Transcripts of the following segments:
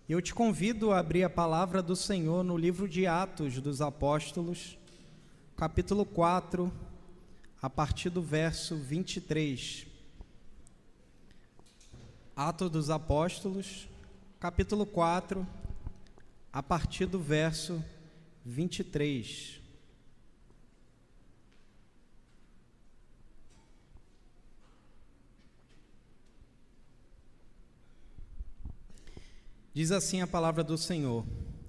Eu te convido a abrir a palavra do Senhor no livro de Atos dos Apóstolos, capítulo 4, a partir do verso 23. Atos dos Apóstolos, capítulo 4, a partir do verso 23. Diz assim a palavra do Senhor: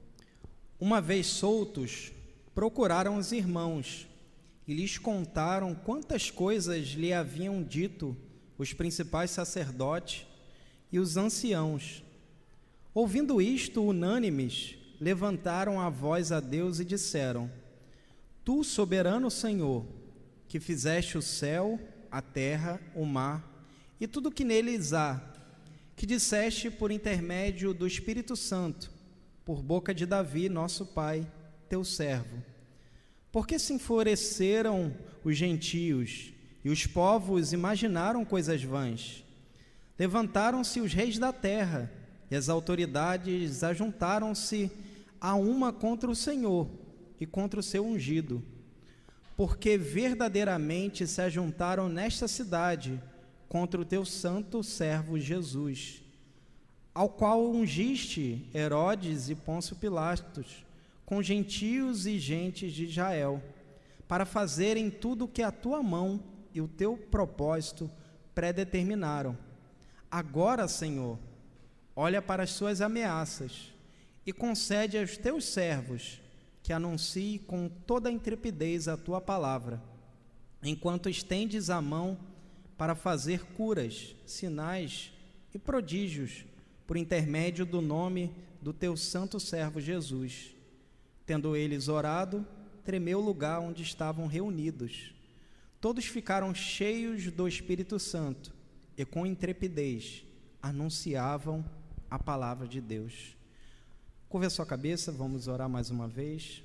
Uma vez soltos, procuraram os irmãos e lhes contaram quantas coisas lhe haviam dito os principais sacerdotes e os anciãos. Ouvindo isto, unânimes, levantaram a voz a Deus e disseram: Tu, soberano Senhor, que fizeste o céu, a terra, o mar e tudo o que neles há, que disseste por intermédio do Espírito Santo, por boca de Davi, nosso pai, teu servo. Porque se enfureceram os gentios e os povos imaginaram coisas vãs. Levantaram-se os reis da terra e as autoridades ajuntaram-se a uma contra o Senhor e contra o seu ungido. Porque verdadeiramente se ajuntaram nesta cidade contra o teu santo servo Jesus, ao qual ungiste Herodes e Pôncio Pilatos, com gentios e gentes de Israel, para fazerem tudo o que a tua mão e o teu propósito predeterminaram. Agora, Senhor, olha para as suas ameaças e concede aos teus servos que anunciem com toda a intrepidez a tua palavra, enquanto estendes a mão para fazer curas, sinais e prodígios por intermédio do nome do teu santo servo Jesus. Tendo eles orado, tremeu o lugar onde estavam reunidos. Todos ficaram cheios do Espírito Santo e com intrepidez anunciavam a palavra de Deus. Curva a sua cabeça, vamos orar mais uma vez.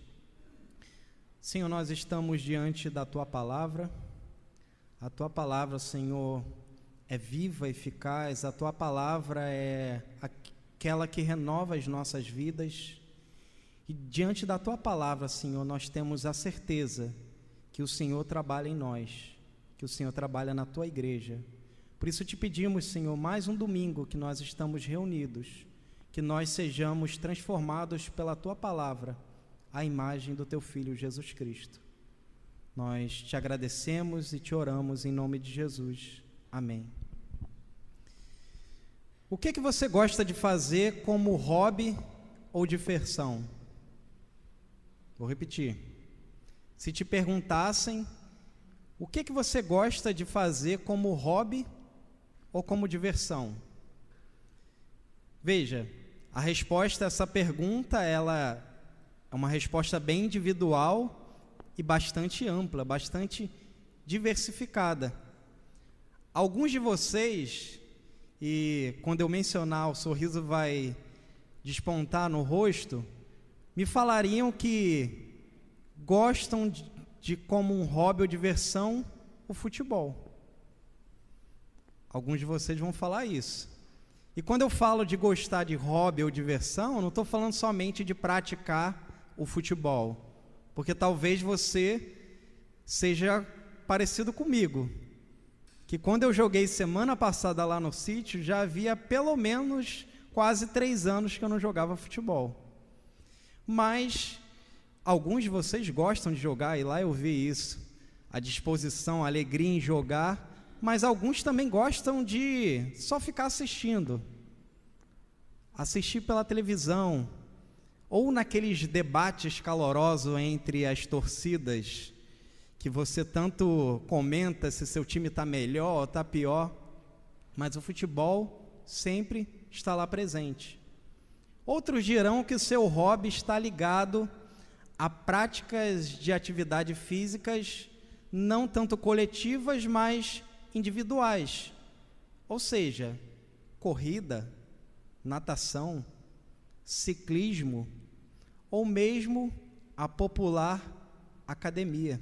Senhor, nós estamos diante da tua palavra. A tua palavra, Senhor, é viva, eficaz. A tua palavra é aquela que renova as nossas vidas. E diante da tua palavra, Senhor, nós temos a certeza que o Senhor trabalha em nós, que o Senhor trabalha na tua igreja. Por isso te pedimos, Senhor, mais um domingo que nós estamos reunidos, que nós sejamos transformados pela tua palavra à imagem do teu Filho Jesus Cristo. Nós te agradecemos e te oramos em nome de Jesus. Amém. O que você gosta de fazer como hobby ou diversão? Vou repetir. Se te perguntassem, o que você gosta de fazer como hobby ou como diversão? Veja, a resposta a essa pergunta, ela é uma resposta bem individual e bastante ampla, bastante diversificada. Alguns de vocês, e quando eu mencionar, o sorriso vai despontar no rosto, me falariam que gostam de como um hobby ou diversão, o futebol. Alguns de vocês vão falar isso. E quando eu falo de gostar de hobby ou diversão, eu não estou falando somente de praticar o futebol, porque talvez você seja parecido comigo, que quando eu joguei semana passada lá no sítio, já havia pelo menos quase 3 anos que eu não jogava futebol. Mas alguns de vocês gostam de jogar, e lá eu vi isso, a disposição, a alegria em jogar, mas alguns também gostam de só ficar assistindo, assistir pela televisão, ou naqueles debates calorosos entre as torcidas, que você tanto comenta se seu time está melhor ou está pior, mas o futebol sempre está lá presente. Outros dirão que o seu hobby está ligado a práticas de atividades físicas, não tanto coletivas, mas individuais, ou seja, corrida, natação, ciclismo ou mesmo a popular academia.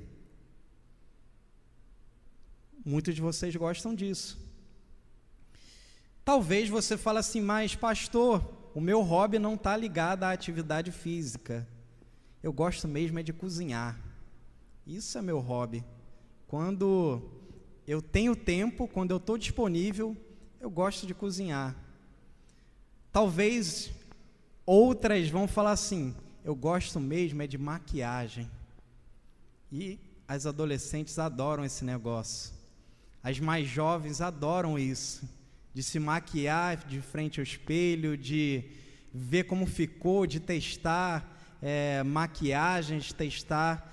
Muitos de vocês gostam disso. Talvez você fale assim, mas pastor, o meu hobby não está ligado à atividade física. Eu gosto mesmo é de cozinhar. Isso é meu hobby. Quando eu tenho tempo, quando eu estou disponível, eu gosto de cozinhar. Talvez outras vão falar assim, eu gosto mesmo é de maquiagem. E as adolescentes adoram esse negócio. As mais jovens adoram isso, de se maquiar de frente ao espelho, de ver como ficou, de testar maquiagens, testar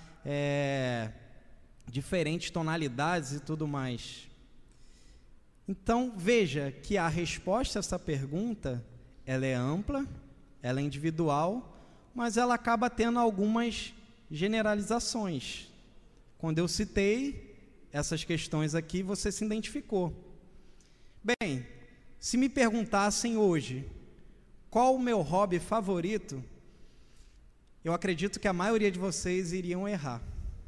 diferentes tonalidades e tudo mais. Então, veja que a resposta a essa pergunta, ela é ampla, ela é individual, mas ela acaba tendo algumas generalizações. Quando eu citei essas questões aqui, você se identificou. Bem, se me perguntassem hoje qual o meu hobby favorito, eu acredito que a maioria de vocês iriam errar.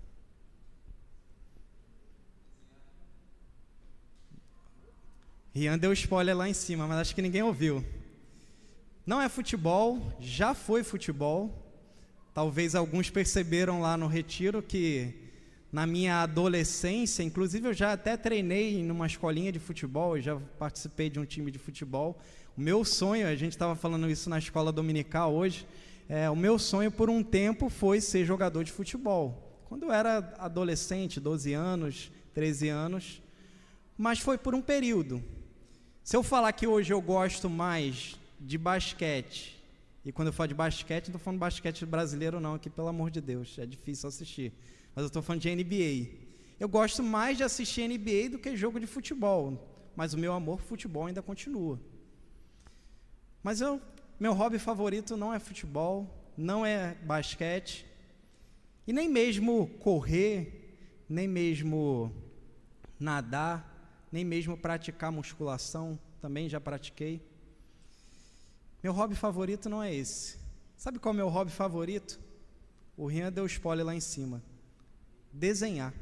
Rian deu spoiler lá em cima, mas acho que ninguém ouviu. Não é futebol, já foi futebol. Talvez alguns perceberam lá no retiro que na minha adolescência, inclusive eu já até treinei numa escolinha de futebol, eu já participei de um time de futebol. O meu sonho, a gente estava falando isso na escola dominical hoje, o meu sonho por um tempo foi ser jogador de futebol. Quando eu era adolescente, 12 anos, 13 anos, mas foi por um período. Se eu falar que hoje eu gosto mais de basquete, e quando eu falo de basquete, não estou falando de basquete brasileiro não, aqui pelo amor de Deus, é difícil assistir, mas eu estou falando de NBA. Eu gosto mais de assistir NBA do que jogo de futebol, mas o meu amor por futebol ainda continua. Mas meu hobby favorito não é futebol, não é basquete, e nem mesmo correr, nem mesmo nadar, nem mesmo praticar musculação, também já pratiquei. Meu hobby favorito não é esse. Sabe qual é o meu hobby favorito? O Rian deu spoiler lá em cima. Desenhar.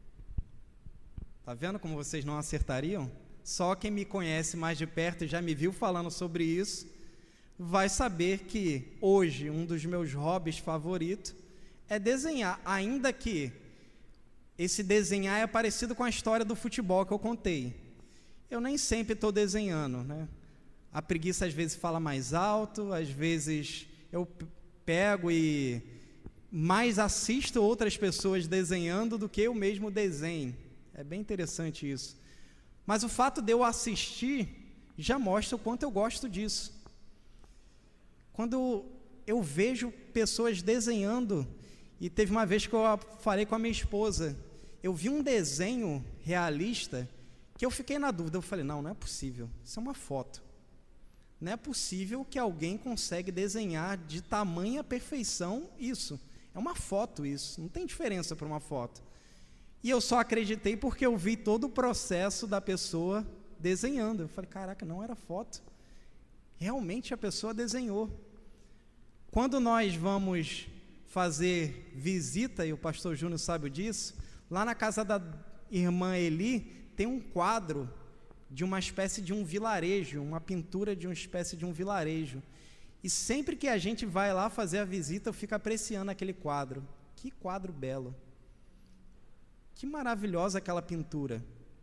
Tá vendo como vocês não acertariam? Só quem me conhece mais de perto e já me viu falando sobre isso, vai saber que hoje um dos meus hobbies favoritos é desenhar, ainda que esse desenhar é parecido com a história do futebol que eu contei. Eu nem sempre estou desenhando, né? A preguiça às vezes fala mais alto, às vezes eu pego e mais assisto outras pessoas desenhando do que eu mesmo desenho. É bem interessante isso. Mas o fato de eu assistir já mostra o quanto eu gosto disso. Quando eu vejo pessoas desenhando, e teve uma vez que eu falei com a minha esposa, eu vi um desenho realista que eu fiquei na dúvida. Eu falei, não é possível, isso é uma foto. Não é possível que alguém consegue desenhar de tamanha perfeição isso. É uma foto isso, não tem diferença para uma foto. E eu só acreditei porque eu vi todo o processo da pessoa desenhando. Eu falei, caraca, não era foto. Realmente a pessoa desenhou. Quando nós vamos fazer visita, e o pastor Júnior sabe disso, lá na casa da irmã Eli, tem um quadro de uma espécie de um vilarejo, uma pintura de uma espécie de um vilarejo. E sempre que a gente vai lá fazer a visita, eu fico apreciando aquele quadro. Que quadro belo. Que maravilhosa aquela pintura.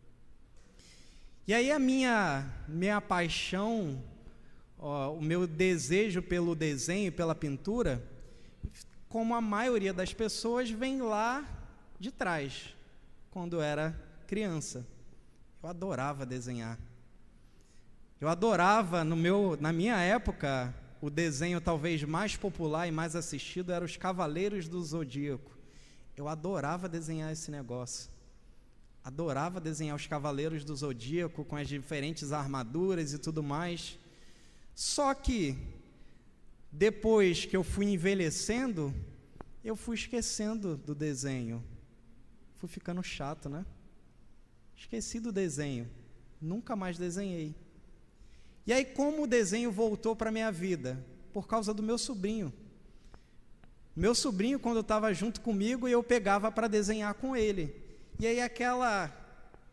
E aí a minha paixão, o meu desejo pelo desenho, pela pintura, como a maioria das pessoas, vem lá de trás, quando eu era criança. Eu adorava desenhar. Eu adorava, na minha época, o desenho talvez mais popular e mais assistido era os Cavaleiros do Zodíaco. Eu adorava desenhar esse negócio. Adorava desenhar os Cavaleiros do Zodíaco com as diferentes armaduras e tudo mais. Só que, depois que eu fui envelhecendo, eu fui esquecendo do desenho. Fui ficando chato, né? Esqueci do desenho, nunca mais desenhei. E aí como o desenho voltou para a minha vida? Por causa do meu sobrinho. Meu sobrinho, quando estava junto comigo, eu pegava para desenhar com ele. E aí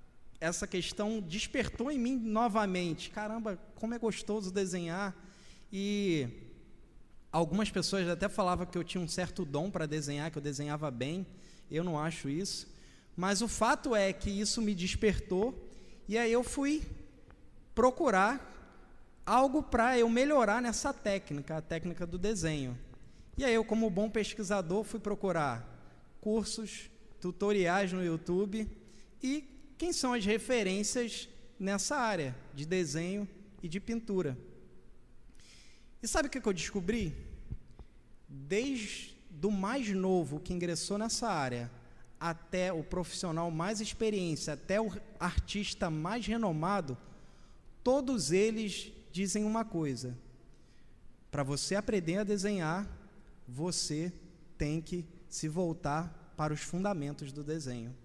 essa questão despertou em mim novamente. Caramba, como é gostoso desenhar. e algumas pessoas até falavam que eu tinha um certo dom para desenhar, que eu desenhava bem. Eu não acho isso, mas o fato é que isso me despertou, e aí eu fui procurar algo para eu melhorar nessa técnica, a técnica do desenho. E aí eu, como bom pesquisador, fui procurar cursos, tutoriais no YouTube, e quem são as referências nessa área de desenho e de pintura. E sabe o que eu descobri? Desde do mais novo que ingressou nessa área, até o profissional mais experiente, até o artista mais renomado, todos eles dizem uma coisa: para você aprender a desenhar, você tem que se voltar para os fundamentos do desenho.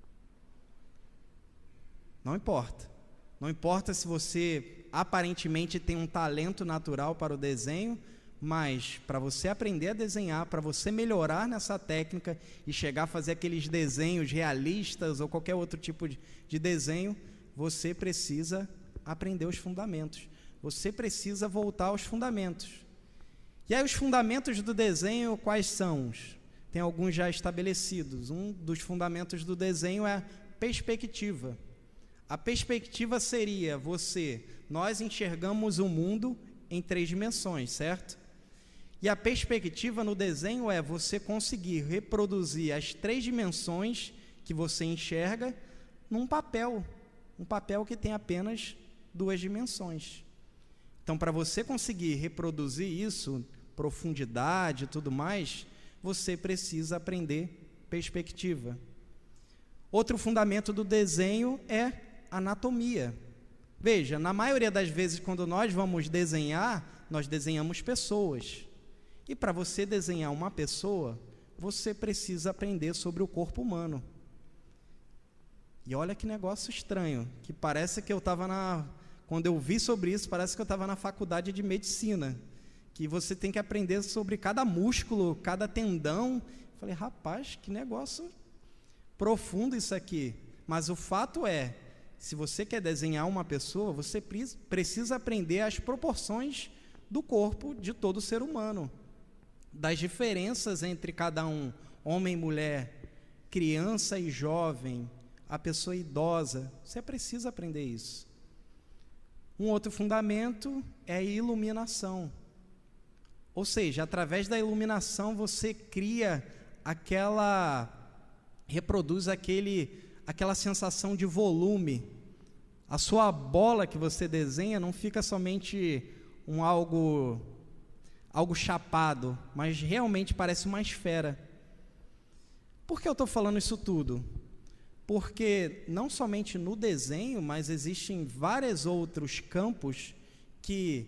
Não importa. Não importa se você aparentemente tem um talento natural para o desenho, mas para você aprender a desenhar, para você melhorar nessa técnica e chegar a fazer aqueles desenhos realistas ou qualquer outro tipo de desenho, você precisa aprender os fundamentos. Você precisa voltar aos fundamentos. E aí os fundamentos do desenho, quais são? Tem alguns já estabelecidos. Um dos fundamentos do desenho é a perspectiva. A perspectiva seria nós enxergamos o mundo em 3 dimensões, certo? E a perspectiva no desenho é você conseguir reproduzir as 3 dimensões que você enxerga num papel, um papel que tem apenas 2 dimensões. Então, para você conseguir reproduzir isso, profundidade e tudo mais, você precisa aprender perspectiva. Outro fundamento do desenho é anatomia. Veja, na maioria das vezes, quando nós vamos desenhar, nós desenhamos pessoas. E para você desenhar uma pessoa, você precisa aprender sobre o corpo humano. E olha que negócio estranho, que parece que eu estava quando eu vi sobre isso, parece que eu estava na faculdade de medicina, que você tem que aprender sobre cada músculo, cada tendão. Falei, rapaz, que negócio profundo isso aqui. Mas o fato é, se você quer desenhar uma pessoa, você precisa aprender as proporções do corpo de todo ser humano, das diferenças entre cada um, homem e mulher, criança e jovem, a pessoa idosa. Você precisa aprender isso. Um outro fundamento é a iluminação. Ou seja, através da iluminação você reproduz aquela sensação de volume. A sua bola que você desenha não fica somente algo chapado, mas realmente parece uma esfera. Por que eu estou falando isso tudo? Porque não somente no desenho, mas existem vários outros campos que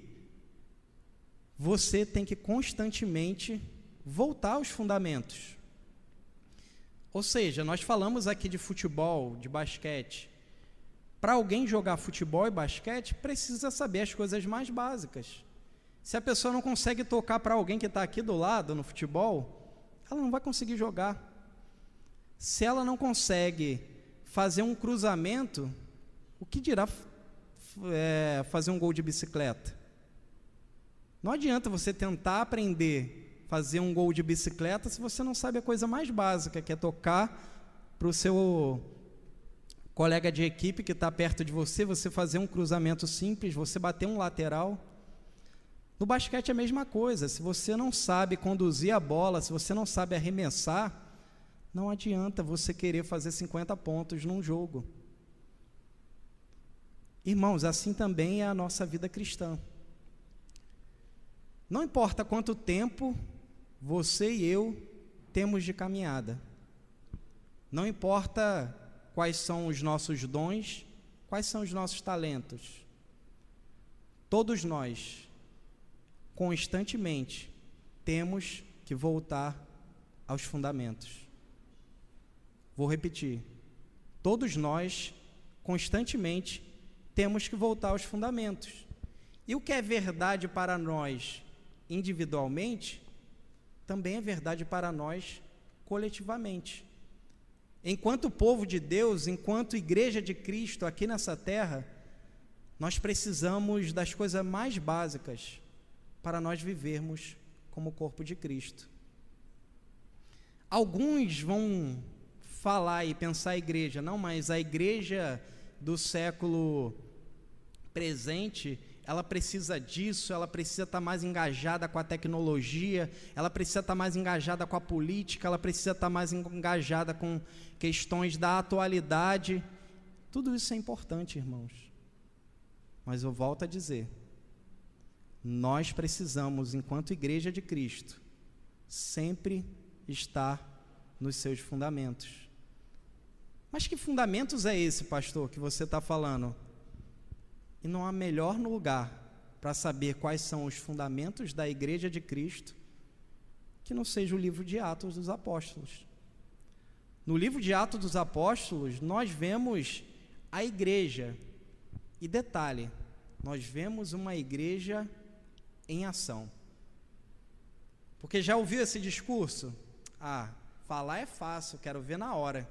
você tem que constantemente voltar aos fundamentos. Ou seja, nós falamos aqui de futebol, de basquete. Para alguém jogar futebol e basquete, precisa saber as coisas mais básicas. Se a pessoa não consegue tocar para alguém que está aqui do lado no futebol, ela não vai conseguir jogar. Se ela não consegue fazer um cruzamento, o que dirá fazer um gol de bicicleta? Não adianta você tentar aprender a fazer um gol de bicicleta se você não sabe a coisa mais básica, que é tocar para o seu colega de equipe que está perto de você fazer um cruzamento simples, você bater um lateral. No basquete é a mesma coisa. Se você não sabe conduzir a bola, se você não sabe arremessar, não adianta você querer fazer 50 pontos num jogo. Irmãos, assim também é a nossa vida cristã. Não importa quanto tempo você e eu temos de caminhada. Não importa quais são os nossos dons, quais são os nossos talentos. Todos nós, constantemente, temos que voltar aos fundamentos. Vou repetir. Todos nós, constantemente, temos que voltar aos fundamentos. E o que é verdade para nós individualmente, também é verdade para nós coletivamente. Enquanto povo de Deus, enquanto igreja de Cristo aqui nessa terra, nós precisamos das coisas mais básicas. para nós vivermos como o corpo de Cristo. Alguns vão falar e pensar a igreja, não, mas a igreja do século presente, ela precisa disso, ela precisa estar mais engajada com a tecnologia, ela precisa estar mais engajada com a política, ela precisa estar mais engajada com questões da atualidade. Tudo isso é importante, irmãos. Mas eu volto a dizer, nós precisamos, enquanto igreja de Cristo, sempre estar nos seus fundamentos. Mas que fundamentos é esse, pastor, que você está falando? E não há melhor lugar para saber quais são os fundamentos da igreja de Cristo que não seja o livro de Atos dos Apóstolos. No livro de Atos dos Apóstolos, nós vemos a igreja, e detalhe, nós vemos uma igreja em ação. Porque já ouviu esse discurso? Falar é fácil, quero ver na hora.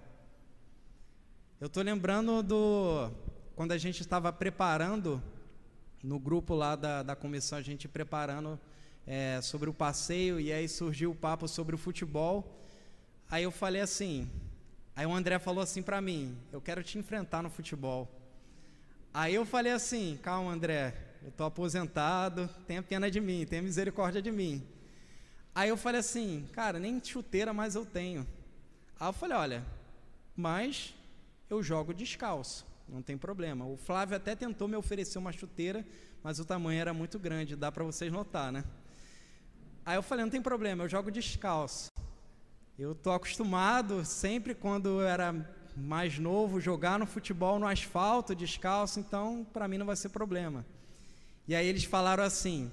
Eu estou lembrando quando a gente estava preparando, no grupo lá da comissão, a gente preparando sobre o passeio, e aí surgiu o papo sobre o futebol. Aí eu falei assim, aí o André falou assim para mim, eu quero te enfrentar no futebol. Aí eu falei assim, calma André, eu estou aposentado, tenha pena de mim, tenha misericórdia de mim. Aí eu falei assim, cara, nem chuteira mais eu tenho. Aí eu falei, olha, mas eu jogo descalço, não tem problema. O Flávio até tentou me oferecer uma chuteira, mas o tamanho era muito grande, dá para vocês notar, né? Aí eu falei, não tem problema, eu jogo descalço. Eu estou acostumado, sempre quando eu era mais novo, jogar no futebol no asfalto, descalço, então para mim não vai ser problema. E aí eles falaram assim,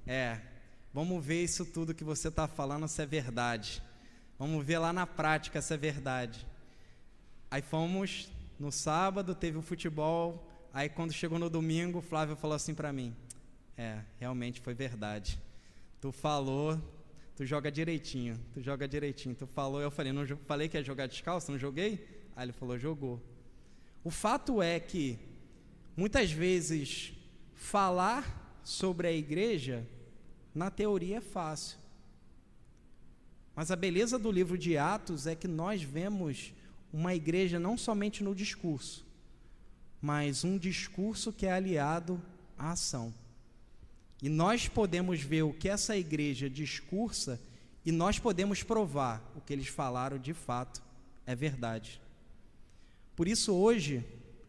vamos ver isso tudo que você está falando se é verdade. Vamos ver lá na prática se é verdade. Aí fomos, no sábado teve o futebol, aí quando chegou no domingo, o Flávio falou assim para mim, realmente foi verdade. Tu falou, tu joga direitinho, tu falou, eu falei, não falei que ia jogar descalço, não joguei? Aí ele falou, jogou. O fato é que, muitas vezes, falar sobre a igreja, na teoria é fácil. Mas a beleza do livro de Atos é que nós vemos uma igreja não somente no discurso, mas um discurso que é aliado à ação. E nós podemos ver o que essa igreja discursa e nós podemos provar o que eles falaram de fato é verdade. Por isso hoje,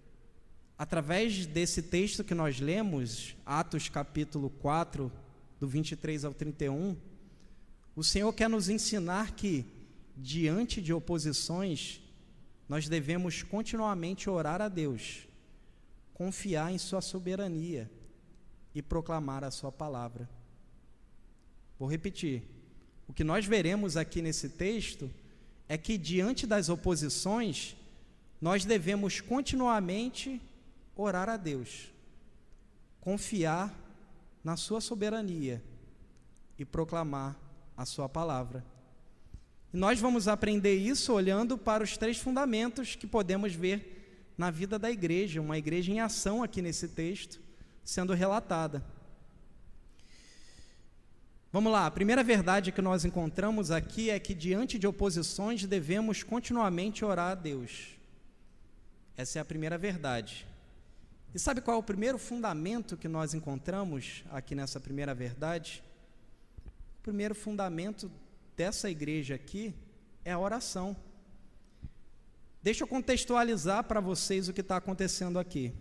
através desse texto que nós lemos, Atos capítulo 4, do 23 ao 31, o Senhor quer nos ensinar que, diante de oposições, nós devemos continuamente orar a Deus, confiar em sua soberania e proclamar a sua palavra. Vou repetir, o que nós veremos aqui nesse texto é que, diante das oposições, nós devemos continuamente orar a Deus, confiar na sua soberania e proclamar a sua palavra. E nós vamos aprender isso olhando para os 3 fundamentos que podemos ver na vida da igreja, uma igreja em ação aqui nesse texto, sendo relatada. Vamos lá, a primeira verdade que nós encontramos aqui é que diante de oposições devemos continuamente orar a Deus. Essa é a primeira verdade. E sabe qual é o primeiro fundamento que nós encontramos aqui nessa primeira verdade? O primeiro fundamento dessa igreja aqui é a oração. Deixa eu contextualizar para vocês o que está acontecendo aqui.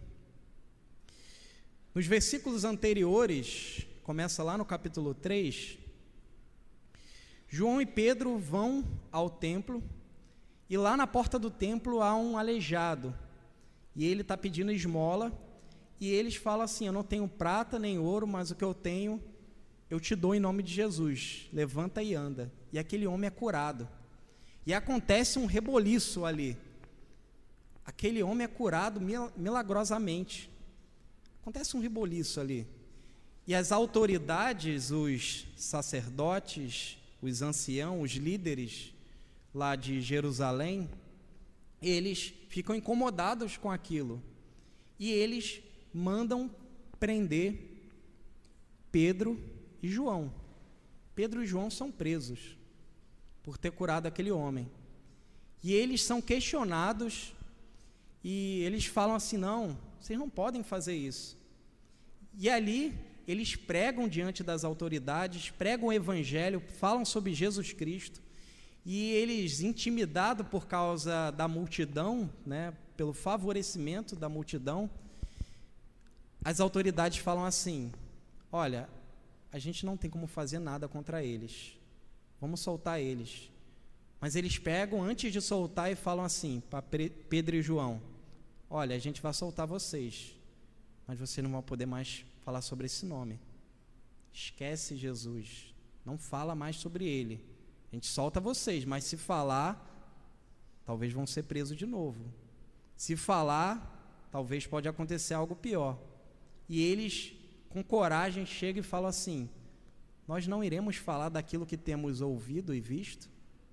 Nos versículos anteriores, começa lá no capítulo 3, João e Pedro vão ao templo, e lá na porta do templo há um aleijado, e ele está pedindo esmola, e eles falam assim, eu não tenho prata nem ouro, mas o que eu tenho, eu te dou em nome de Jesus, levanta e anda. E aquele homem é curado, e acontece um reboliço ali, aquele homem é curado milagrosamente, acontece um reboliço ali, e as autoridades, os sacerdotes, os anciãos, os líderes lá de Jerusalém, eles ficam incomodados com aquilo, e eles mandam prender Pedro e João. Pedro e João são presos por ter curado aquele homem. E eles são questionados e eles falam assim: não, vocês não podem fazer isso. E ali eles pregam diante das autoridades, pregam o evangelho, falam sobre Jesus Cristo, e eles, intimidados por causa da multidão, né, pelo favorecimento da multidão, as autoridades falam assim: olha, a gente não tem como fazer nada contra eles, vamos soltar eles. Mas eles pegam antes de soltar e falam assim para Pedro e João: olha, a gente vai soltar vocês, mas vocês não vão poder mais falar sobre esse nome. Esquece Jesus, não fala mais sobre ele. A gente solta vocês, mas se falar, talvez vão ser presos de novo. Se falar, talvez pode acontecer algo pior. E eles, com coragem, chegam e falam assim: nós não iremos falar daquilo que temos ouvido e visto?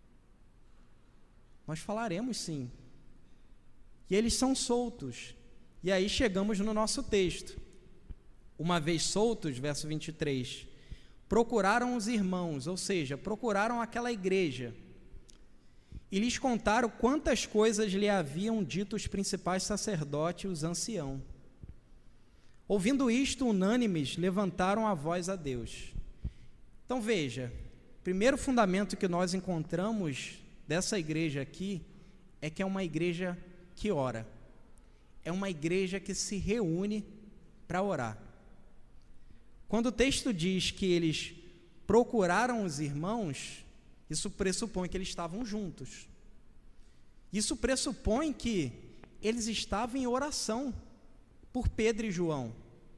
Nós falaremos sim. E eles são soltos. E aí chegamos no nosso texto. Uma vez soltos, verso 23, procuraram os irmãos, ou seja, procuraram aquela igreja, e lhes contaram quantas coisas lhe haviam dito os principais sacerdotes e os anciãos. Ouvindo isto, unânimes, levantaram a voz a Deus. Então veja, o primeiro fundamento que nós encontramos dessa igreja aqui é que é uma igreja que ora, é uma igreja que se reúne para orar. Quando o texto diz que eles procuraram os irmãos, isso pressupõe que eles estavam juntos. Isso pressupõe que eles estavam em oração por Pedro e João.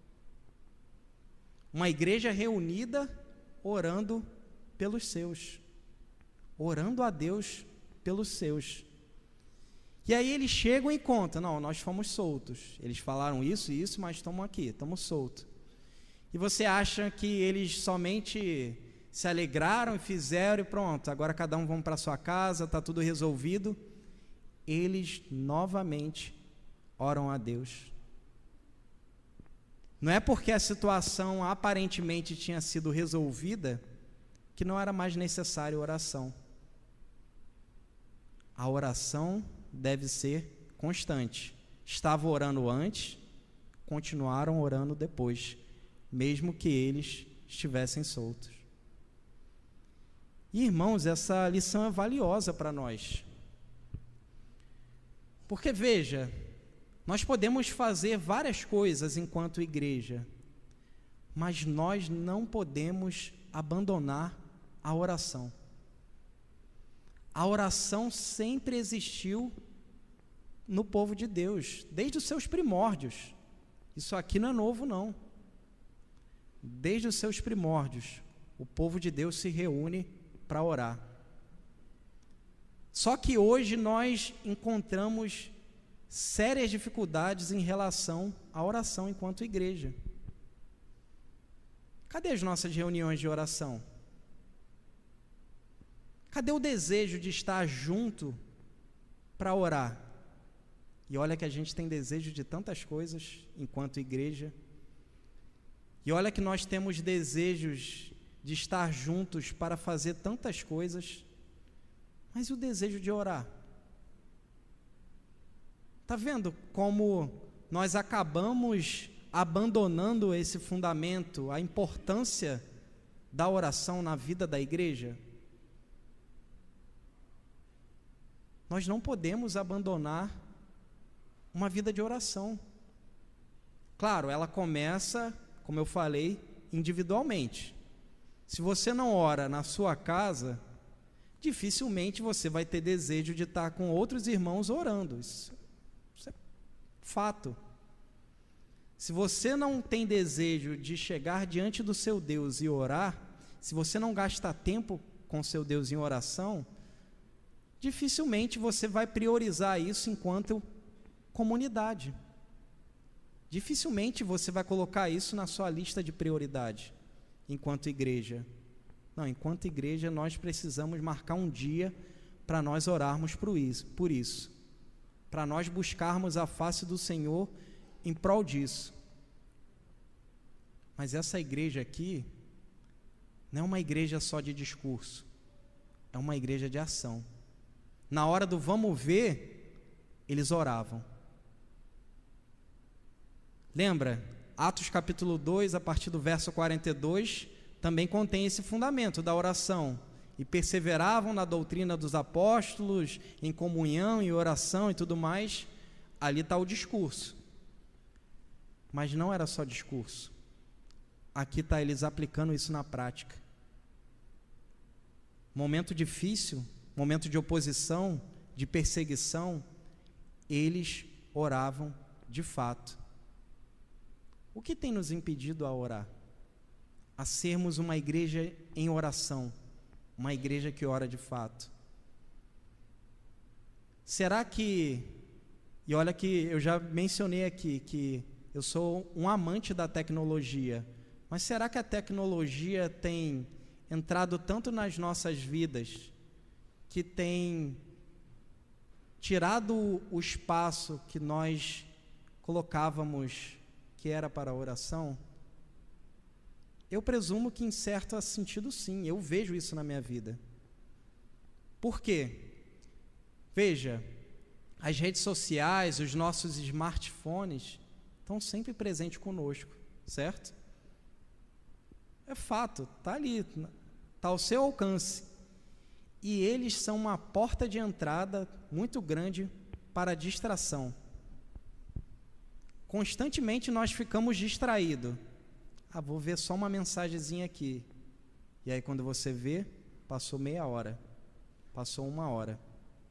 Uma igreja reunida orando pelos seus, orando a Deus pelos seus. E aí eles chegam e contam: não, nós fomos soltos. Eles falaram isso e isso, mas estamos aqui, estamos soltos. E você acha que eles somente se alegraram e fizeram e pronto, agora cada um vão para sua casa, está tudo resolvido? Eles novamente oram a Deus. Não é porque a situação aparentemente tinha sido resolvida que não era mais necessária oração. A oração deve ser constante. Estavam orando antes, continuaram orando depois, mesmo que eles estivessem soltos. E, irmãos, essa lição é valiosa para nós. Porque, veja, nós podemos fazer várias coisas enquanto igreja, mas nós não podemos abandonar a oração. A oração sempre existiu no povo de Deus, desde os seus primórdios. Isso aqui não é novo, não. Desde os seus primórdios, o povo de Deus se reúne para orar. Só que hoje nós encontramos sérias dificuldades em relação à oração enquanto igreja. Cadê as nossas reuniões de oração? Cadê o desejo de estar junto para orar? E olha que a gente tem desejo de tantas coisas enquanto igreja. E olha que nós temos desejos de estar juntos para fazer tantas coisas, mas e o desejo de orar? Está vendo como nós acabamos abandonando esse fundamento, a importância da oração na vida da igreja? Nós não podemos abandonar uma vida de oração. Claro, ela começa, como eu falei, individualmente. Se você não ora na sua casa, dificilmente você vai ter desejo de estar com outros irmãos orando. Isso é fato. Se você não tem desejo de chegar diante do seu Deus e orar, se você não gasta tempo com seu Deus em oração, dificilmente você vai priorizar isso enquanto comunidade. Dificilmente você vai colocar isso na sua lista de prioridade enquanto igreja. Não, enquanto igreja nós precisamos marcar um dia para nós orarmos por isso, para nós buscarmos a face do Senhor em prol disso. Mas essa igreja aqui, não é uma igreja só de discurso, é uma igreja de ação. Na hora do vamos ver, eles oravam. Lembra? Atos capítulo 2, a partir do verso 42, também contém esse fundamento da oração. E perseveravam na doutrina dos apóstolos, em comunhão, em oração e tudo mais. Ali está o discurso. Mas não era só discurso. Aqui está eles aplicando isso na prática. Momento difícil, momento de oposição, de perseguição, eles oravam de fato. O que tem nos impedido a orar? A sermos uma igreja em oração, uma igreja que ora de fato. Será que, e olha que eu já mencionei aqui que eu sou um amante da tecnologia, mas será que a tecnologia tem entrado tanto nas nossas vidas que tem tirado o espaço que nós colocávamos que era para a oração? Eu presumo que em certo sentido sim, eu vejo isso na minha vida. Por quê? Veja, as redes sociais, os nossos smartphones estão sempre presentes conosco, certo? É fato, está ali, está ao seu alcance. E eles são uma porta de entrada muito grande para a distração. Constantemente nós ficamos distraídos. Vou ver só uma mensagenzinha aqui. E aí quando você vê, passou meia hora, passou 1 hora.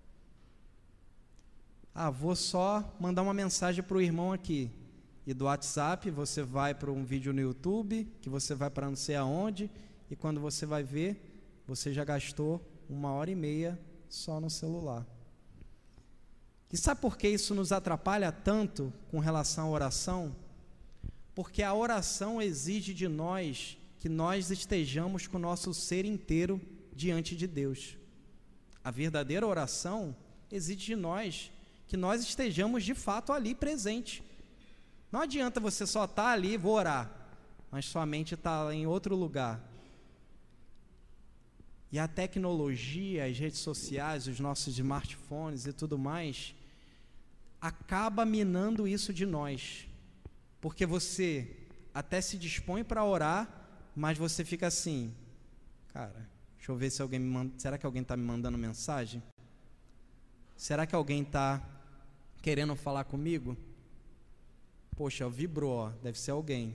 Vou só mandar uma mensagem para o irmão aqui. E do WhatsApp você vai para um vídeo no YouTube, que você vai para não sei aonde, e quando você vai ver, você já gastou 1h30 só no celular. E sabe por que isso nos atrapalha tanto com relação à oração? Porque a oração exige de nós que nós estejamos com o nosso ser inteiro diante de Deus. A verdadeira oração exige de nós que nós estejamos de fato ali presente. Não adianta você só estar ali, vou orar, mas sua mente está em outro lugar. E a tecnologia, as redes sociais, os nossos smartphones e tudo mais, acaba minando isso de nós. Porque você até se dispõe para orar, mas você fica assim, cara, deixa eu ver se alguém me manda, será que alguém está me mandando mensagem? Será que alguém está querendo falar comigo? Poxa, vibrou, deve ser alguém.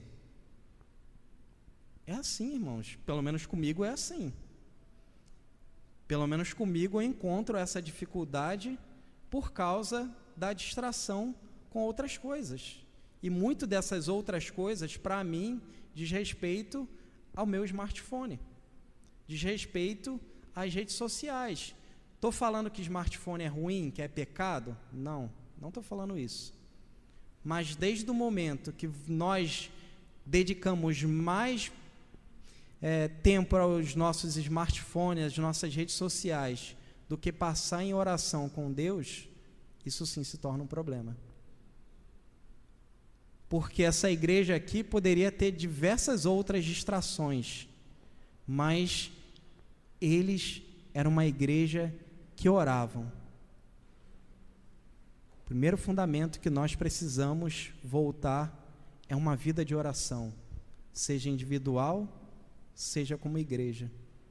É assim, irmãos, pelo menos comigo é assim. Pelo menos comigo eu encontro essa dificuldade por causa da distração com outras coisas. E muito dessas outras coisas, para mim, diz respeito ao meu smartphone, diz respeito às redes sociais. Estou falando que smartphone é ruim, que é pecado? Não estou falando isso. Mas desde o momento que nós dedicamos mais tempo aos nossos smartphones, às nossas redes sociais, do que passar em oração com Deus, isso sim se torna um problema. Porque essa igreja aqui poderia ter diversas outras distrações, mas eles eram uma igreja que oravam. O primeiro fundamento que nós precisamos voltar é uma vida de oração, seja individual, seja como igreja.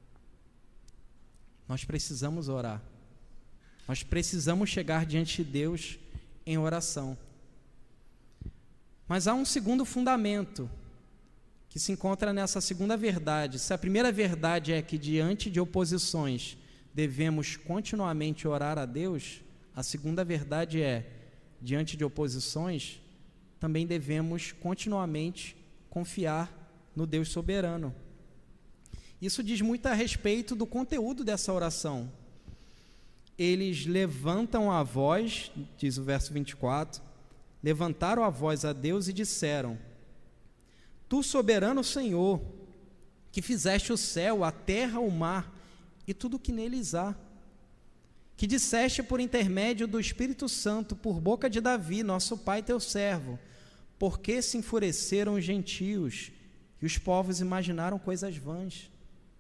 Nós precisamos orar. Nós precisamos chegar diante de Deus em oração. Mas há um segundo fundamento que se encontra nessa segunda verdade. Se a primeira verdade é que diante de oposições devemos continuamente orar a Deus, a segunda verdade é, diante de oposições, também devemos continuamente confiar no Deus soberano. Isso diz muito a respeito do conteúdo dessa oração. Eles levantam a voz, diz o verso 24, levantaram a voz a Deus e disseram: Tu, soberano Senhor, que fizeste o céu, a terra, o mar e tudo o que neles há, que disseste por intermédio do Espírito Santo, por boca de Davi, nosso pai, teu servo, porque se enfureceram os gentios e os povos imaginaram coisas vãs.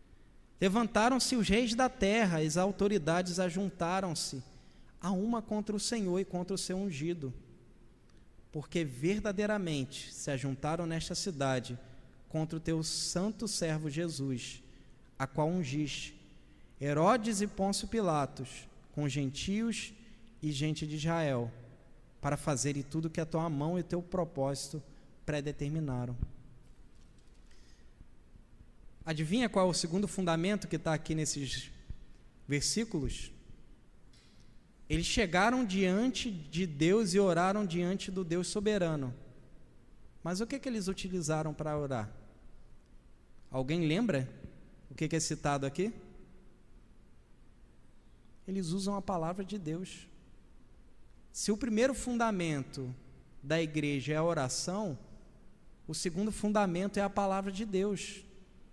Levantaram-se os reis da terra, as autoridades ajuntaram-se a uma contra o Senhor e contra o seu ungido, porque verdadeiramente se ajuntaram nesta cidade contra o teu santo servo Jesus, a qual ungiste, Herodes e Pôncio Pilatos, com gentios e gente de Israel, para fazerem tudo que a tua mão e o teu propósito predeterminaram. Adivinha qual é o segundo fundamento que está aqui nesses versículos? Eles chegaram diante de Deus e oraram diante do Deus soberano. Mas o que eles utilizaram para orar? Alguém lembra o que é citado aqui? Eles usam a palavra de Deus. Se o primeiro fundamento da igreja é a oração, o segundo fundamento é a palavra de Deus.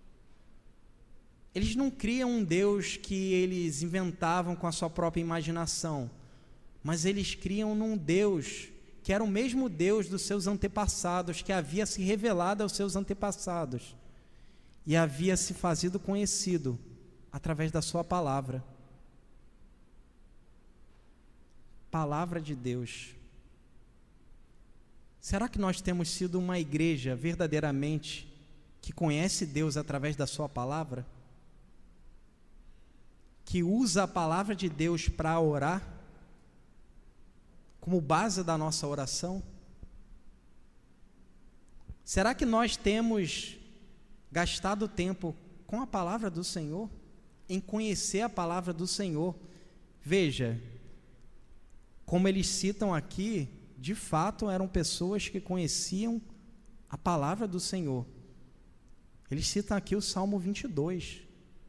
Eles não criam um Deus que eles inventavam com a sua própria imaginação, mas eles criam num Deus que era o mesmo Deus dos seus antepassados, que havia se revelado aos seus antepassados e havia se fazido conhecido através da sua palavra. Palavra de Deus. Será que nós temos sido uma igreja verdadeiramente que conhece Deus através da sua palavra? Que usa a palavra de Deus para orar como base da nossa oração? Será que nós temos gastado tempo com a palavra do Senhor, em conhecer a palavra do Senhor? Veja, como eles citam aqui, de fato eram pessoas que conheciam a palavra do Senhor. Eles citam aqui o Salmo 22,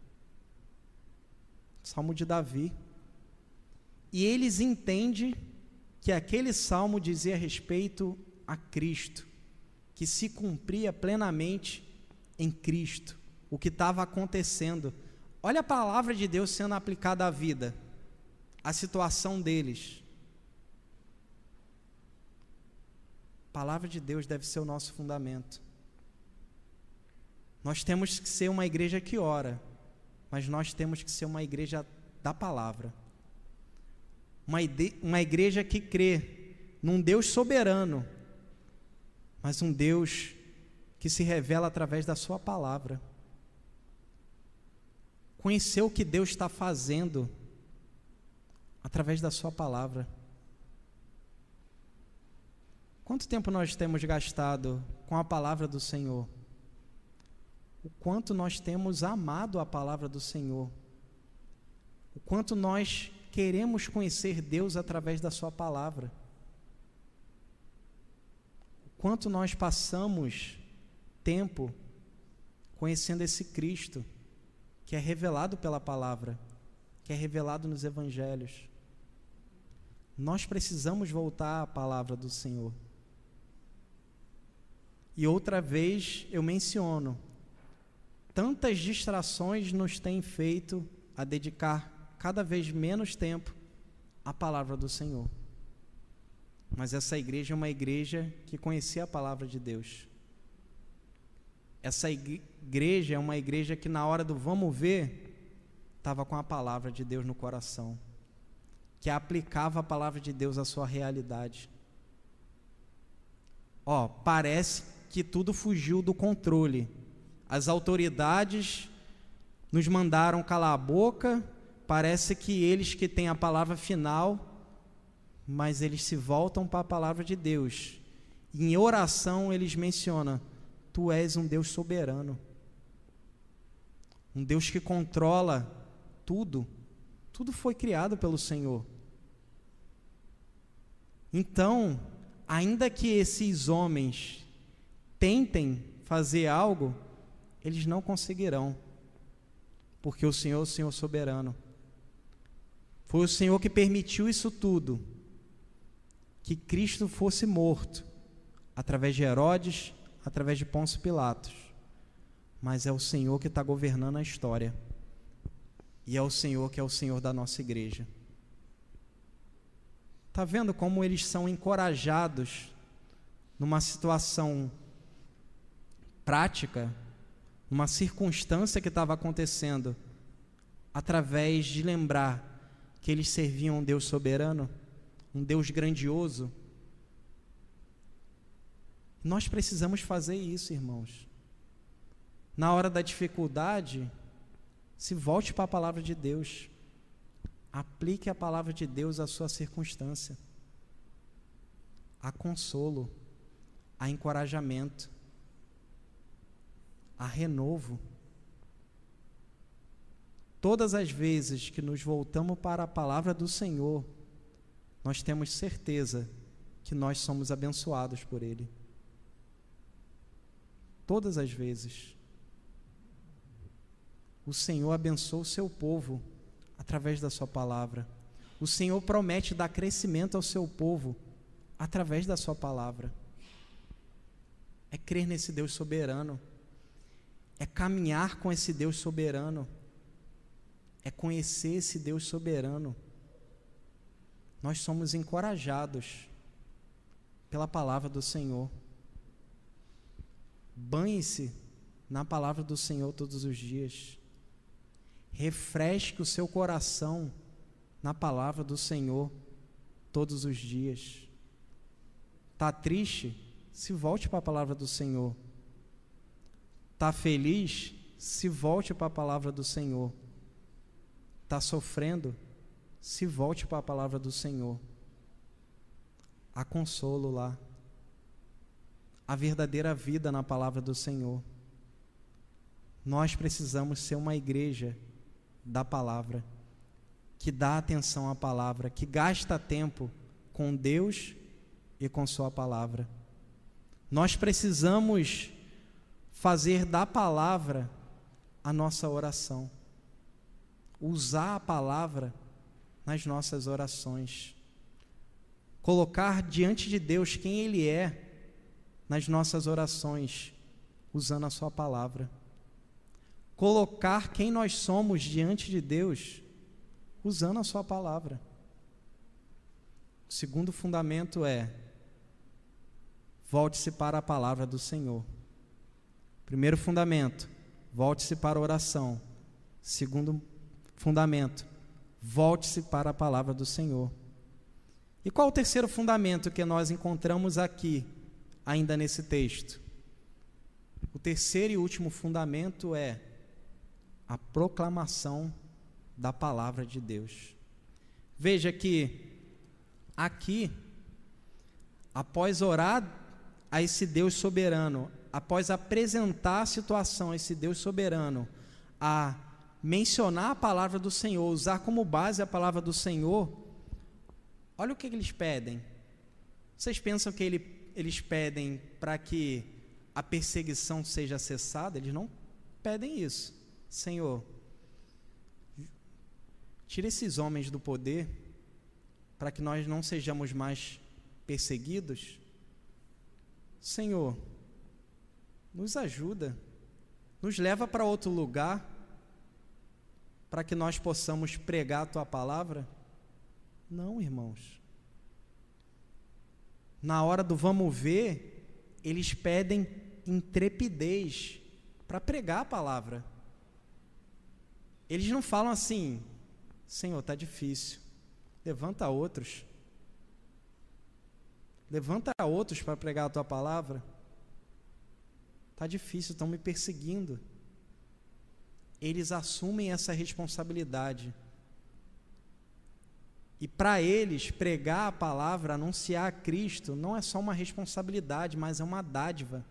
Salmo de Davi, e eles entendem que aquele salmo dizia respeito a Cristo, que se cumpria plenamente em Cristo, o que estava acontecendo. Olha a palavra de Deus sendo aplicada à vida, à situação deles. A palavra de Deus deve ser o nosso fundamento. Nós temos que ser uma igreja que ora, mas nós temos que ser uma igreja da palavra. Uma igreja que crê num Deus soberano, mas um Deus que se revela através da sua palavra. Conhecer o que Deus está fazendo através da sua palavra. Quanto tempo nós temos gastado com a palavra do Senhor? O quanto nós temos amado a palavra do Senhor? O quanto nós queremos conhecer Deus através da sua palavra? O quanto nós passamos tempo conhecendo esse Cristo que é revelado pela palavra, que é revelado nos evangelhos? Nós precisamos voltar à palavra do Senhor. E outra vez eu menciono, tantas distrações nos têm feito a dedicar cada vez menos tempo à palavra do Senhor. Mas essa igreja é uma igreja que conhecia a palavra de Deus. Essa igreja é uma igreja que na hora do vamos ver, estava com a palavra de Deus no coração, que aplicava a palavra de Deus à sua realidade. Parece que tudo fugiu do controle. As autoridades nos mandaram calar a boca, parece que eles que têm a palavra final, mas eles se voltam para a palavra de Deus. Em oração eles mencionam: Tu és um Deus soberano, um Deus que controla tudo. Tudo foi criado pelo Senhor. Então, ainda que esses homens tentem fazer algo, eles não conseguirão, porque o Senhor é o Senhor soberano. Foi o Senhor que permitiu isso tudo, que Cristo fosse morto, através de Herodes, através de Pôncio Pilatos, mas é o Senhor que está governando a história, e é o Senhor que é o Senhor da nossa igreja. Está vendo como eles são encorajados numa situação prática, numa circunstância que estava acontecendo, através de lembrar que eles serviam um Deus soberano, um Deus grandioso. Nós precisamos fazer isso, irmãos. Na hora da dificuldade, se volte para a palavra de Deus. Aplique a palavra de Deus à sua circunstância. Há consolo, há encorajamento, há renovo. Todas as vezes que nos voltamos para a palavra do Senhor, nós temos certeza que nós somos abençoados por Ele. Todas as vezes. O Senhor abençoa o seu povo através da sua palavra. O Senhor promete dar crescimento ao seu povo através da sua palavra. É crer nesse Deus soberano. É caminhar com esse Deus soberano. É conhecer esse Deus soberano. Nós somos encorajados pela palavra do Senhor. Banhe-se na palavra do Senhor todos os dias. Refresque o seu coração na palavra do Senhor todos os dias. Está triste? Se volte para a palavra do Senhor. Está feliz? Se volte para a palavra do Senhor. Está sofrendo? Se volte para a palavra do Senhor. Há consolo lá. A verdadeira vida na palavra do Senhor. Nós precisamos ser uma igreja da palavra, que dá atenção à palavra, que gasta tempo com Deus e com sua palavra. Nós precisamos fazer da palavra a nossa oração, usar a palavra nas nossas orações, colocar diante de Deus quem Ele é nas nossas orações, usando a sua palavra. Colocar quem nós somos diante de Deus, usando a sua palavra. O segundo fundamento é: volte-se para a palavra do Senhor. Primeiro fundamento: volte-se para a oração. Segundo fundamento: volte-se para a palavra do Senhor. E qual o terceiro fundamento que nós encontramos aqui, ainda nesse texto? O terceiro e último fundamento é a proclamação da palavra de Deus. Veja que aqui, após orar a esse Deus soberano, após apresentar a situação a esse Deus soberano, a mencionar a palavra do Senhor, usar como base a palavra do Senhor, olha o que eles pedem. Vocês pensam que eles pedem para que a perseguição seja cessada? Eles não pedem isso. Senhor, tira esses homens do poder, para que nós não sejamos mais perseguidos. Senhor, nos ajuda, nos leva para outro lugar, para que nós possamos pregar a Tua palavra. Não, irmãos. Na hora do vamos ver, eles pedem intrepidez para pregar a palavra. Eles não falam assim: Senhor, está difícil, levanta outros. Levanta outros para pregar a Tua palavra. Está difícil, estão me perseguindo. Eles assumem essa responsabilidade. E para eles, pregar a palavra, anunciar a Cristo, não é só uma responsabilidade, mas é uma dádiva.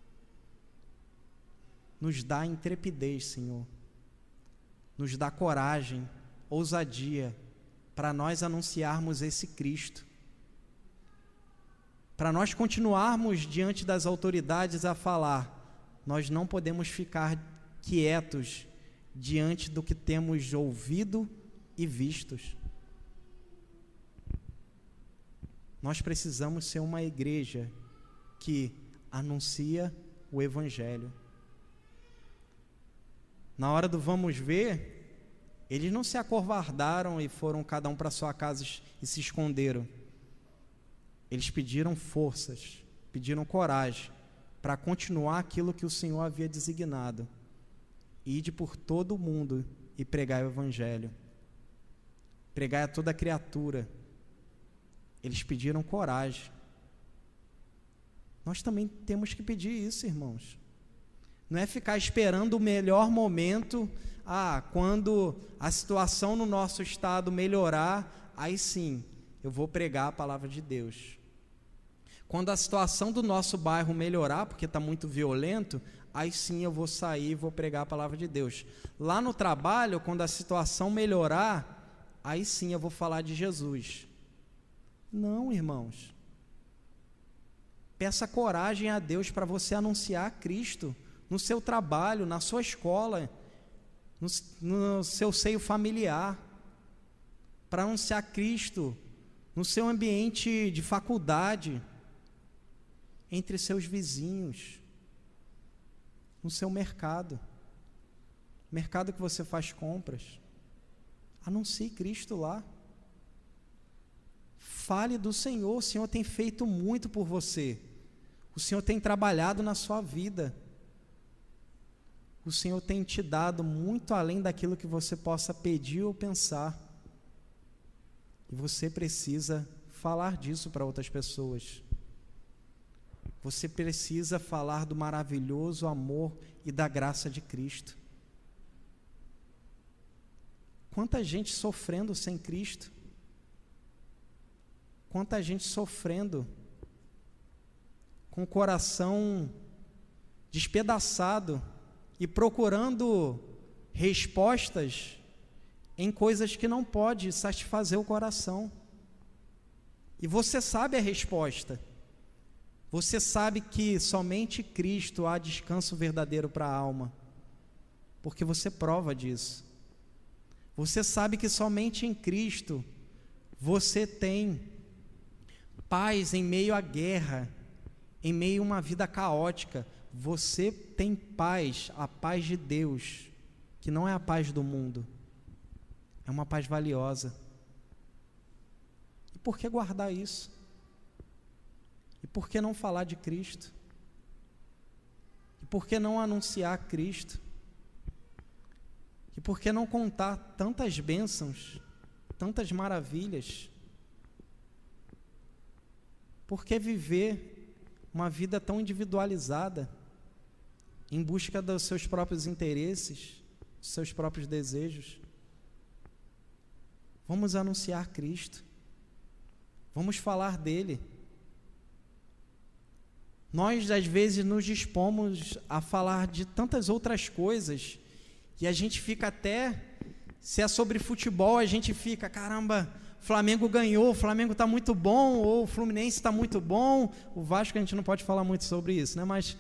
Nos dá intrepidez, Senhor. Nos dá coragem, ousadia, para nós anunciarmos esse Cristo. Para nós continuarmos diante das autoridades a falar, nós não podemos ficar quietos diante do que temos ouvido e vistos. Nós precisamos ser uma igreja que anuncia o Evangelho. Na hora do vamos ver, eles não se acovardaram e foram cada um para sua casa e se esconderam. Eles pediram forças, pediram coragem para continuar aquilo que o Senhor havia designado. Ide por todo o mundo e pregai o evangelho. Pregai a toda criatura. Eles pediram coragem. Nós também temos que pedir isso, irmãos. Não é ficar esperando o melhor momento, quando a situação no nosso estado melhorar, aí sim, eu vou pregar a palavra de Deus. Quando a situação do nosso bairro melhorar, porque está muito violento, aí sim eu vou sair e vou pregar a palavra de Deus. Lá no trabalho, quando a situação melhorar, aí sim eu vou falar de Jesus. Não, irmãos. Peça coragem a Deus para você anunciar Cristo no seu trabalho, na sua escola, no seu seio familiar, para anunciar Cristo no seu ambiente de faculdade, entre seus vizinhos, no seu mercado que você faz compras. Anuncie Cristo lá. Fale do Senhor. O Senhor tem feito muito por você. O Senhor tem trabalhado na sua vida. O Senhor tem te dado muito além daquilo que você possa pedir ou pensar. E você precisa falar disso para outras pessoas. Você precisa falar do maravilhoso amor e da graça de Cristo. Quanta gente sofrendo sem Cristo. Quanta gente sofrendo com o coração despedaçado e procurando respostas em coisas que não pode satisfazer o coração. E você sabe a resposta. Você sabe que somente Cristo há descanso verdadeiro para a alma, porque você prova disso. Você sabe que somente em Cristo você tem paz em meio à guerra, em meio a uma vida caótica. Você tem paz, a paz de Deus, que não é a paz do mundo, é uma paz valiosa. E por que guardar isso? E por que não falar de Cristo? E por que não anunciar Cristo? E por que não contar tantas bênçãos, tantas maravilhas? Por que viver uma vida tão individualizada, em busca dos seus próprios interesses, dos seus próprios desejos? Vamos anunciar Cristo. Vamos falar dele. Nós, às vezes, nos dispomos a falar de tantas outras coisas, e a gente fica até, se é sobre futebol, a gente fica, caramba, Flamengo ganhou, o Flamengo está muito bom, ou o Fluminense está muito bom. O Vasco a gente não pode falar muito sobre isso, né? Mas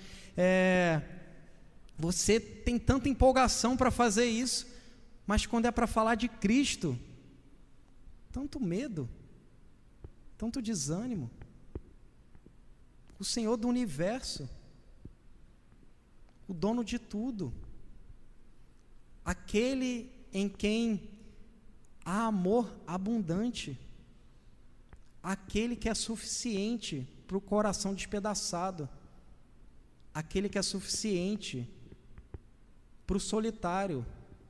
você tem tanta empolgação para fazer isso, mas quando é para falar de Cristo, tanto medo, tanto desânimo. O Senhor do universo, o dono de tudo, aquele em quem há amor abundante, aquele que é suficiente para o coração despedaçado, aquele que é suficiente para o solitário,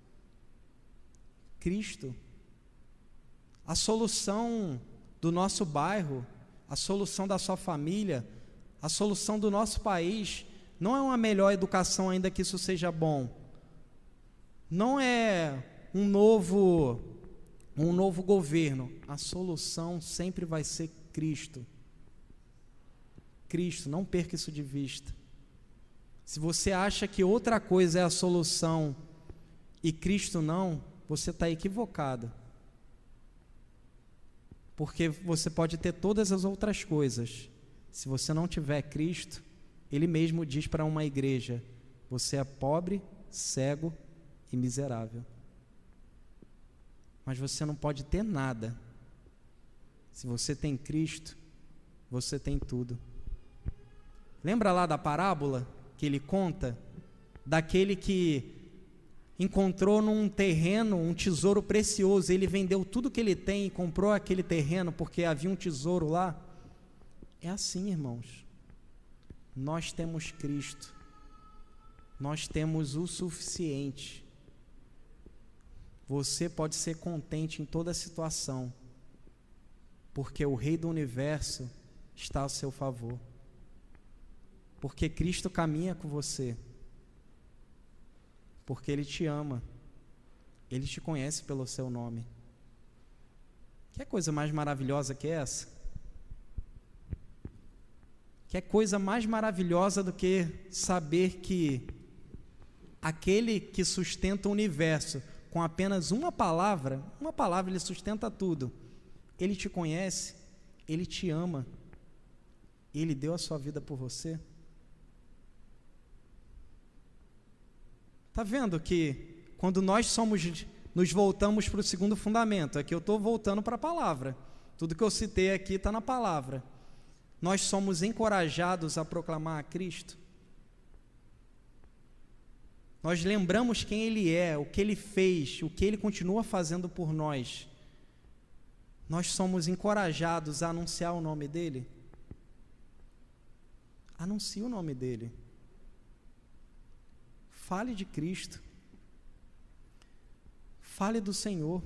Cristo. A solução do nosso bairro, a solução da sua família, a solução do nosso país, não é uma melhor educação, ainda que isso seja bom, não é um novo governo. A solução sempre vai ser Cristo. Cristo, não perca isso de vista. Se você acha que outra coisa é a solução e Cristo não, você está equivocado. Porque você pode ter todas as outras coisas. Se você não tiver Cristo, Ele mesmo diz para uma igreja: você é pobre, cego e miserável. Mas você não pode ter nada. Se você tem Cristo, você tem tudo. Lembra lá da parábola que ele conta? Daquele que encontrou num terreno um tesouro precioso. Ele vendeu tudo que ele tem e comprou aquele terreno porque havia um tesouro lá. É assim, irmãos. Nós temos Cristo. Nós temos o suficiente. você pode ser contente em toda situação, porque o Rei do Universo está ao seu favor, porque Cristo caminha com você, porque Ele te ama, Ele te conhece pelo seu nome. Que coisa mais maravilhosa que essa? Que coisa mais maravilhosa do que saber que aquele que sustenta o universo com apenas uma palavra Ele sustenta tudo. Ele te conhece, Ele te ama, Ele deu a sua vida por você. Está vendo que quando nós nos voltamos para o segundo fundamento, aqui eu estou voltando para a palavra, tudo que eu citei aqui está na palavra, nós somos encorajados a proclamar a Cristo, nós lembramos quem Ele é, o que Ele fez, o que Ele continua fazendo por nós, nós somos encorajados a anunciar o nome dEle. Anuncie o nome dEle, fale de Cristo, fale do Senhor,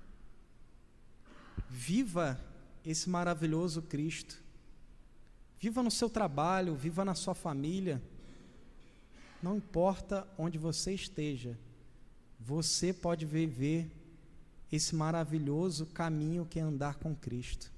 viva esse maravilhoso Cristo, viva no seu trabalho, viva na sua família, não importa onde você esteja, você pode viver esse maravilhoso caminho que é andar com Cristo.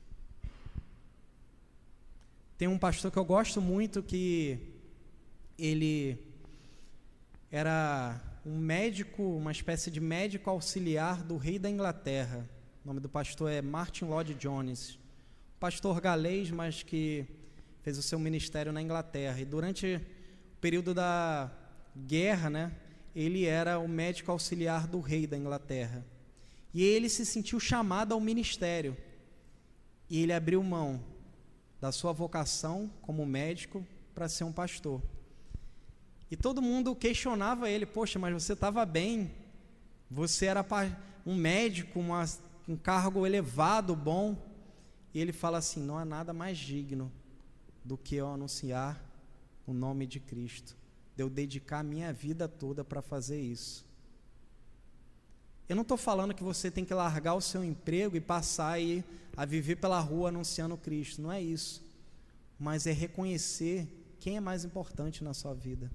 Tem um pastor que eu gosto muito, que ele era um médico, uma espécie de médico auxiliar do rei da Inglaterra. O nome do pastor é Martin Lloyd-Jones, pastor galês, mas que fez o seu ministério na Inglaterra, e durante o período da guerra, ele era o médico auxiliar do rei da Inglaterra, e ele se sentiu chamado ao ministério, e ele abriu mão da sua vocação como médico para ser um pastor. E todo mundo questionava ele: poxa, mas você estava bem, você era um médico, um cargo elevado, bom. E ele fala assim: não há nada mais digno do que eu anunciar o nome de Cristo, de eu dedicar a minha vida toda para fazer isso. Eu não estou falando que você tem que largar o seu emprego e passar aí a viver pela rua anunciando Cristo, não é isso, mas é reconhecer quem é mais importante na sua vida,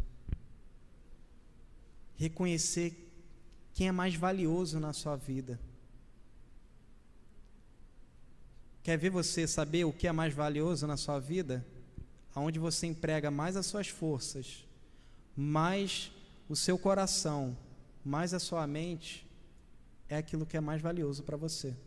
reconhecer quem é mais valioso na sua vida. Quer ver você saber o que é mais valioso na sua vida? Aonde você emprega mais as suas forças, mais o seu coração, mais a sua mente, é aquilo que é mais valioso para você.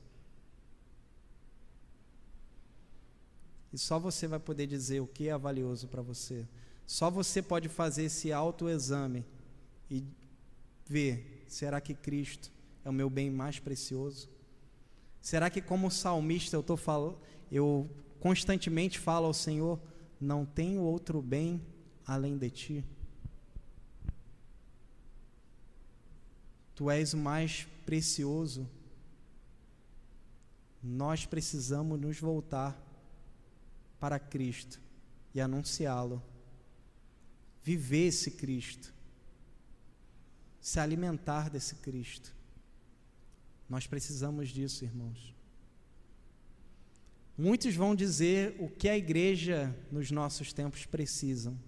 E só você vai poder dizer o que é valioso para você. Só você pode fazer esse autoexame e ver: será que Cristo é o meu bem mais precioso? Será que, como salmista, eu constantemente falo ao Senhor: não tenho outro bem além de Ti? Tu és o mais precioso. Nós precisamos nos voltar para Cristo e anunciá-lo, viver esse Cristo, se alimentar desse Cristo. Nós precisamos disso, irmãos. Muitos vão dizer o que a igreja nos nossos tempos precisam,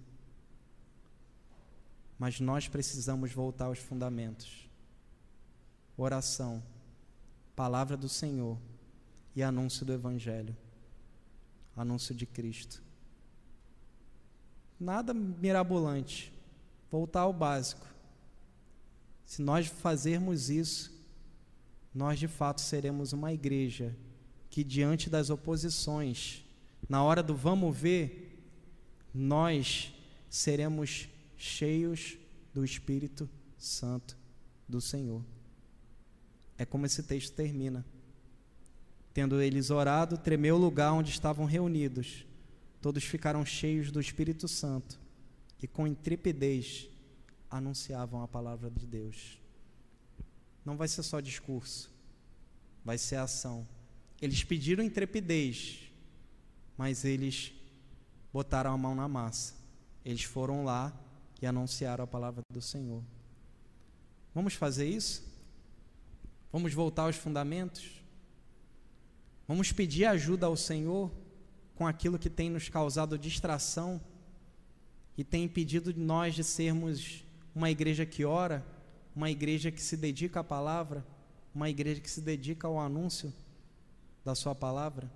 mas nós precisamos voltar aos fundamentos: oração, palavra do Senhor e anúncio do Evangelho, anúncio de Cristo. Nada mirabolante, voltar ao básico. Se nós fazermos isso, nós de fato seremos uma igreja que, diante das oposições, na hora do vamos ver, nós seremos cheios do Espírito Santo do Senhor. É como esse texto termina: tendo eles orado, tremeu o lugar onde estavam reunidos, todos ficaram cheios do Espírito Santo e com intrepidez anunciavam a palavra de Deus. Não vai ser só discurso, vai ser ação. Eles pediram intrepidez, mas eles botaram a mão na massa. Eles foram lá e anunciaram a palavra do Senhor. Vamos fazer isso? Vamos voltar aos fundamentos? Vamos pedir ajuda ao Senhor com aquilo que tem nos causado distração e tem impedido de nós de sermos uma igreja que ora, uma igreja que se dedica à palavra, uma igreja que se dedica ao anúncio da sua palavra?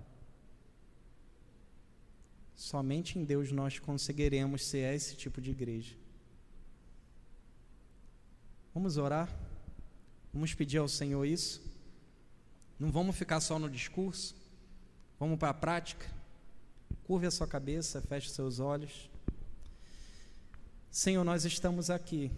Somente em Deus nós conseguiremos ser esse tipo de igreja. Vamos orar? Vamos pedir ao Senhor isso? Não vamos ficar só no discurso, vamos para a prática. Curve a sua cabeça, feche os seus olhos. Senhor, nós estamos aqui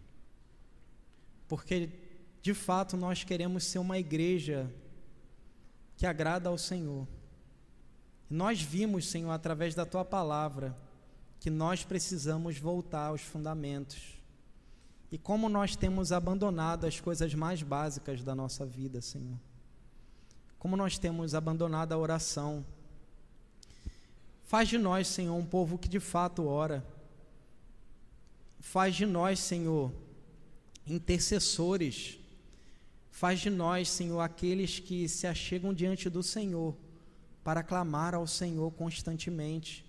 porque de fato nós queremos ser uma igreja que agrada ao Senhor. Nós vimos, Senhor, através da Tua palavra, que nós precisamos voltar aos fundamentos. E como nós temos abandonado as coisas mais básicas da nossa vida, Senhor. Como nós temos abandonado a oração. Faz de nós, Senhor, um povo que de fato ora. Faz de nós, Senhor, intercessores. Faz de nós, Senhor, aqueles que se achegam diante do Senhor para clamar ao Senhor constantemente.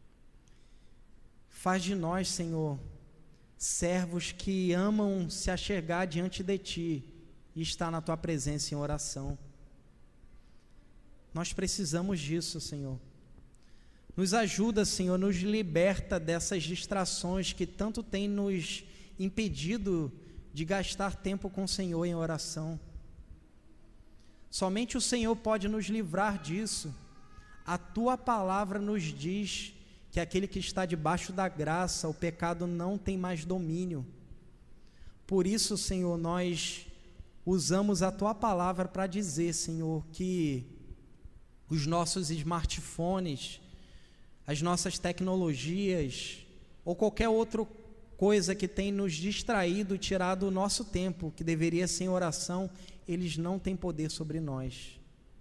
Faz de nós, Senhor, servos que amam se achegar diante de Ti e estar na Tua presença em oração. Nós precisamos disso, Senhor. Nos ajuda, Senhor, nos liberta dessas distrações que tanto tem nos impedido de gastar tempo com o Senhor em oração. Somente o Senhor pode nos livrar disso. A Tua palavra nos diz que aquele que está debaixo da graça, o pecado não tem mais domínio. Por isso, Senhor, nós usamos a Tua palavra para dizer, Senhor, que os nossos smartphones, as nossas tecnologias, ou qualquer outra coisa que tem nos distraído, tirado o nosso tempo, que deveria ser em oração, eles não têm poder sobre nós.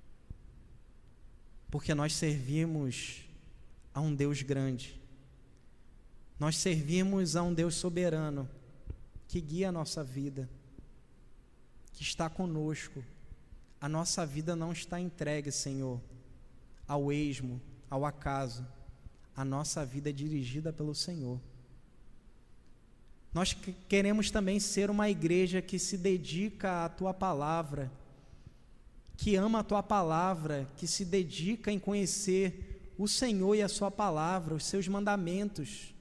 Porque nós servimos a um Deus grande. Nós servimos a um Deus soberano, que guia a nossa vida, que está conosco. A nossa vida não está entregue, Senhor, ao esmo, ao acaso. A nossa vida é dirigida pelo Senhor. Nós queremos também ser uma igreja que se dedica à Tua palavra, que ama a Tua palavra, que se dedica em conhecer o Senhor e a Sua palavra, os Seus mandamentos.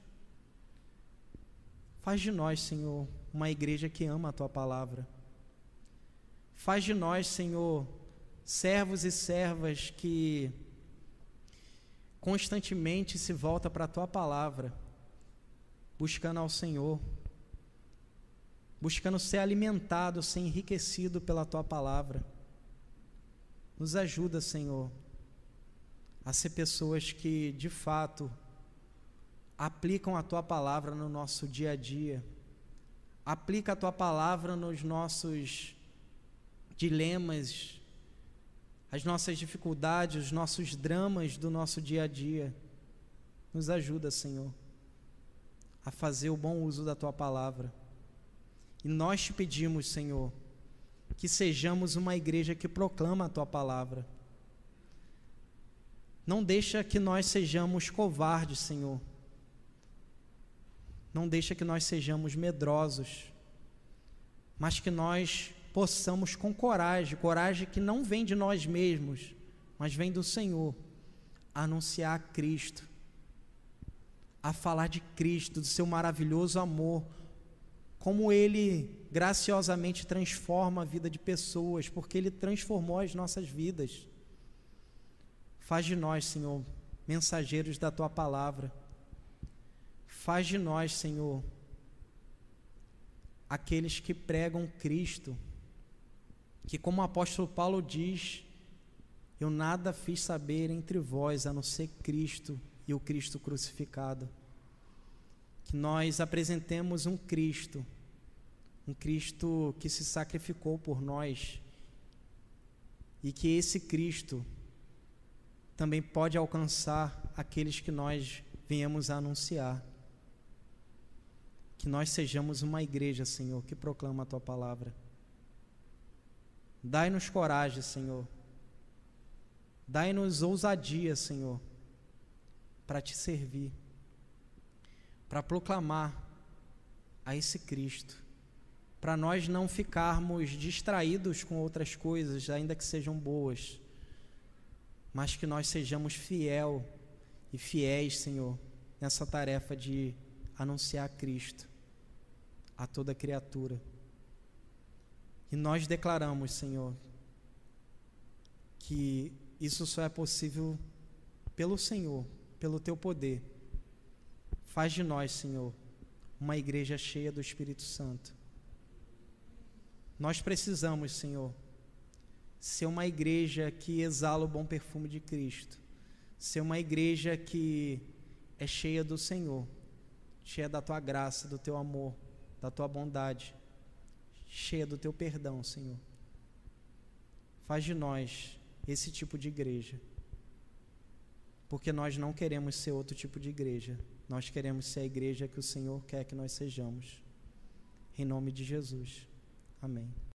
Faz de nós, Senhor, uma igreja que ama a Tua palavra. Faz de nós, Senhor, servos e servas que constantemente se voltam para a Tua palavra, buscando ao Senhor, buscando ser alimentado, ser enriquecido pela Tua palavra. Nos ajuda, Senhor, a ser pessoas que, de fato, aplicam a Tua palavra no nosso dia a dia, aplica a Tua palavra nos nossos dilemas, as nossas dificuldades, os nossos dramas do nosso dia a dia. Nos ajuda, Senhor, a fazer o bom uso da Tua palavra. E nós Te pedimos, Senhor, que sejamos uma igreja que proclama a Tua palavra. Não deixa que nós sejamos covardes, Senhor. Não deixa que nós sejamos medrosos, mas que nós possamos com coragem que não vem de nós mesmos, mas vem do Senhor, anunciar a Cristo, a falar de Cristo, do Seu maravilhoso amor, como Ele graciosamente transforma a vida de pessoas, porque Ele transformou as nossas vidas. Faz de nós, Senhor, mensageiros da Tua palavra. Faz de nós, Senhor, aqueles que pregam Cristo, que, como o apóstolo Paulo diz, eu nada fiz saber entre vós, a não ser Cristo e o Cristo crucificado. Que nós apresentemos um Cristo que se sacrificou por nós, e que esse Cristo também pode alcançar aqueles que nós viemos a anunciar. Que nós sejamos uma igreja, Senhor, que proclama a Tua palavra. Dai-nos coragem, Senhor. Dai-nos ousadia, Senhor, para te servir, para proclamar a esse Cristo, para nós não ficarmos distraídos com outras coisas, ainda que sejam boas, mas que nós sejamos fiéis, Senhor, nessa tarefa de anunciar Cristo a toda criatura. E nós declaramos, Senhor, que isso só é possível pelo Senhor, pelo Teu poder. Faz de nós, Senhor, uma igreja cheia do Espírito Santo. Nós precisamos, Senhor, ser uma igreja que exala o bom perfume de Cristo, ser uma igreja que é cheia do Senhor, cheia da Tua graça, do Teu amor, da Tua bondade, cheia do Teu perdão, Senhor. Faz de nós esse tipo de igreja, porque nós não queremos ser outro tipo de igreja, nós queremos ser a igreja que o Senhor quer que nós sejamos. Em nome de Jesus. Amém.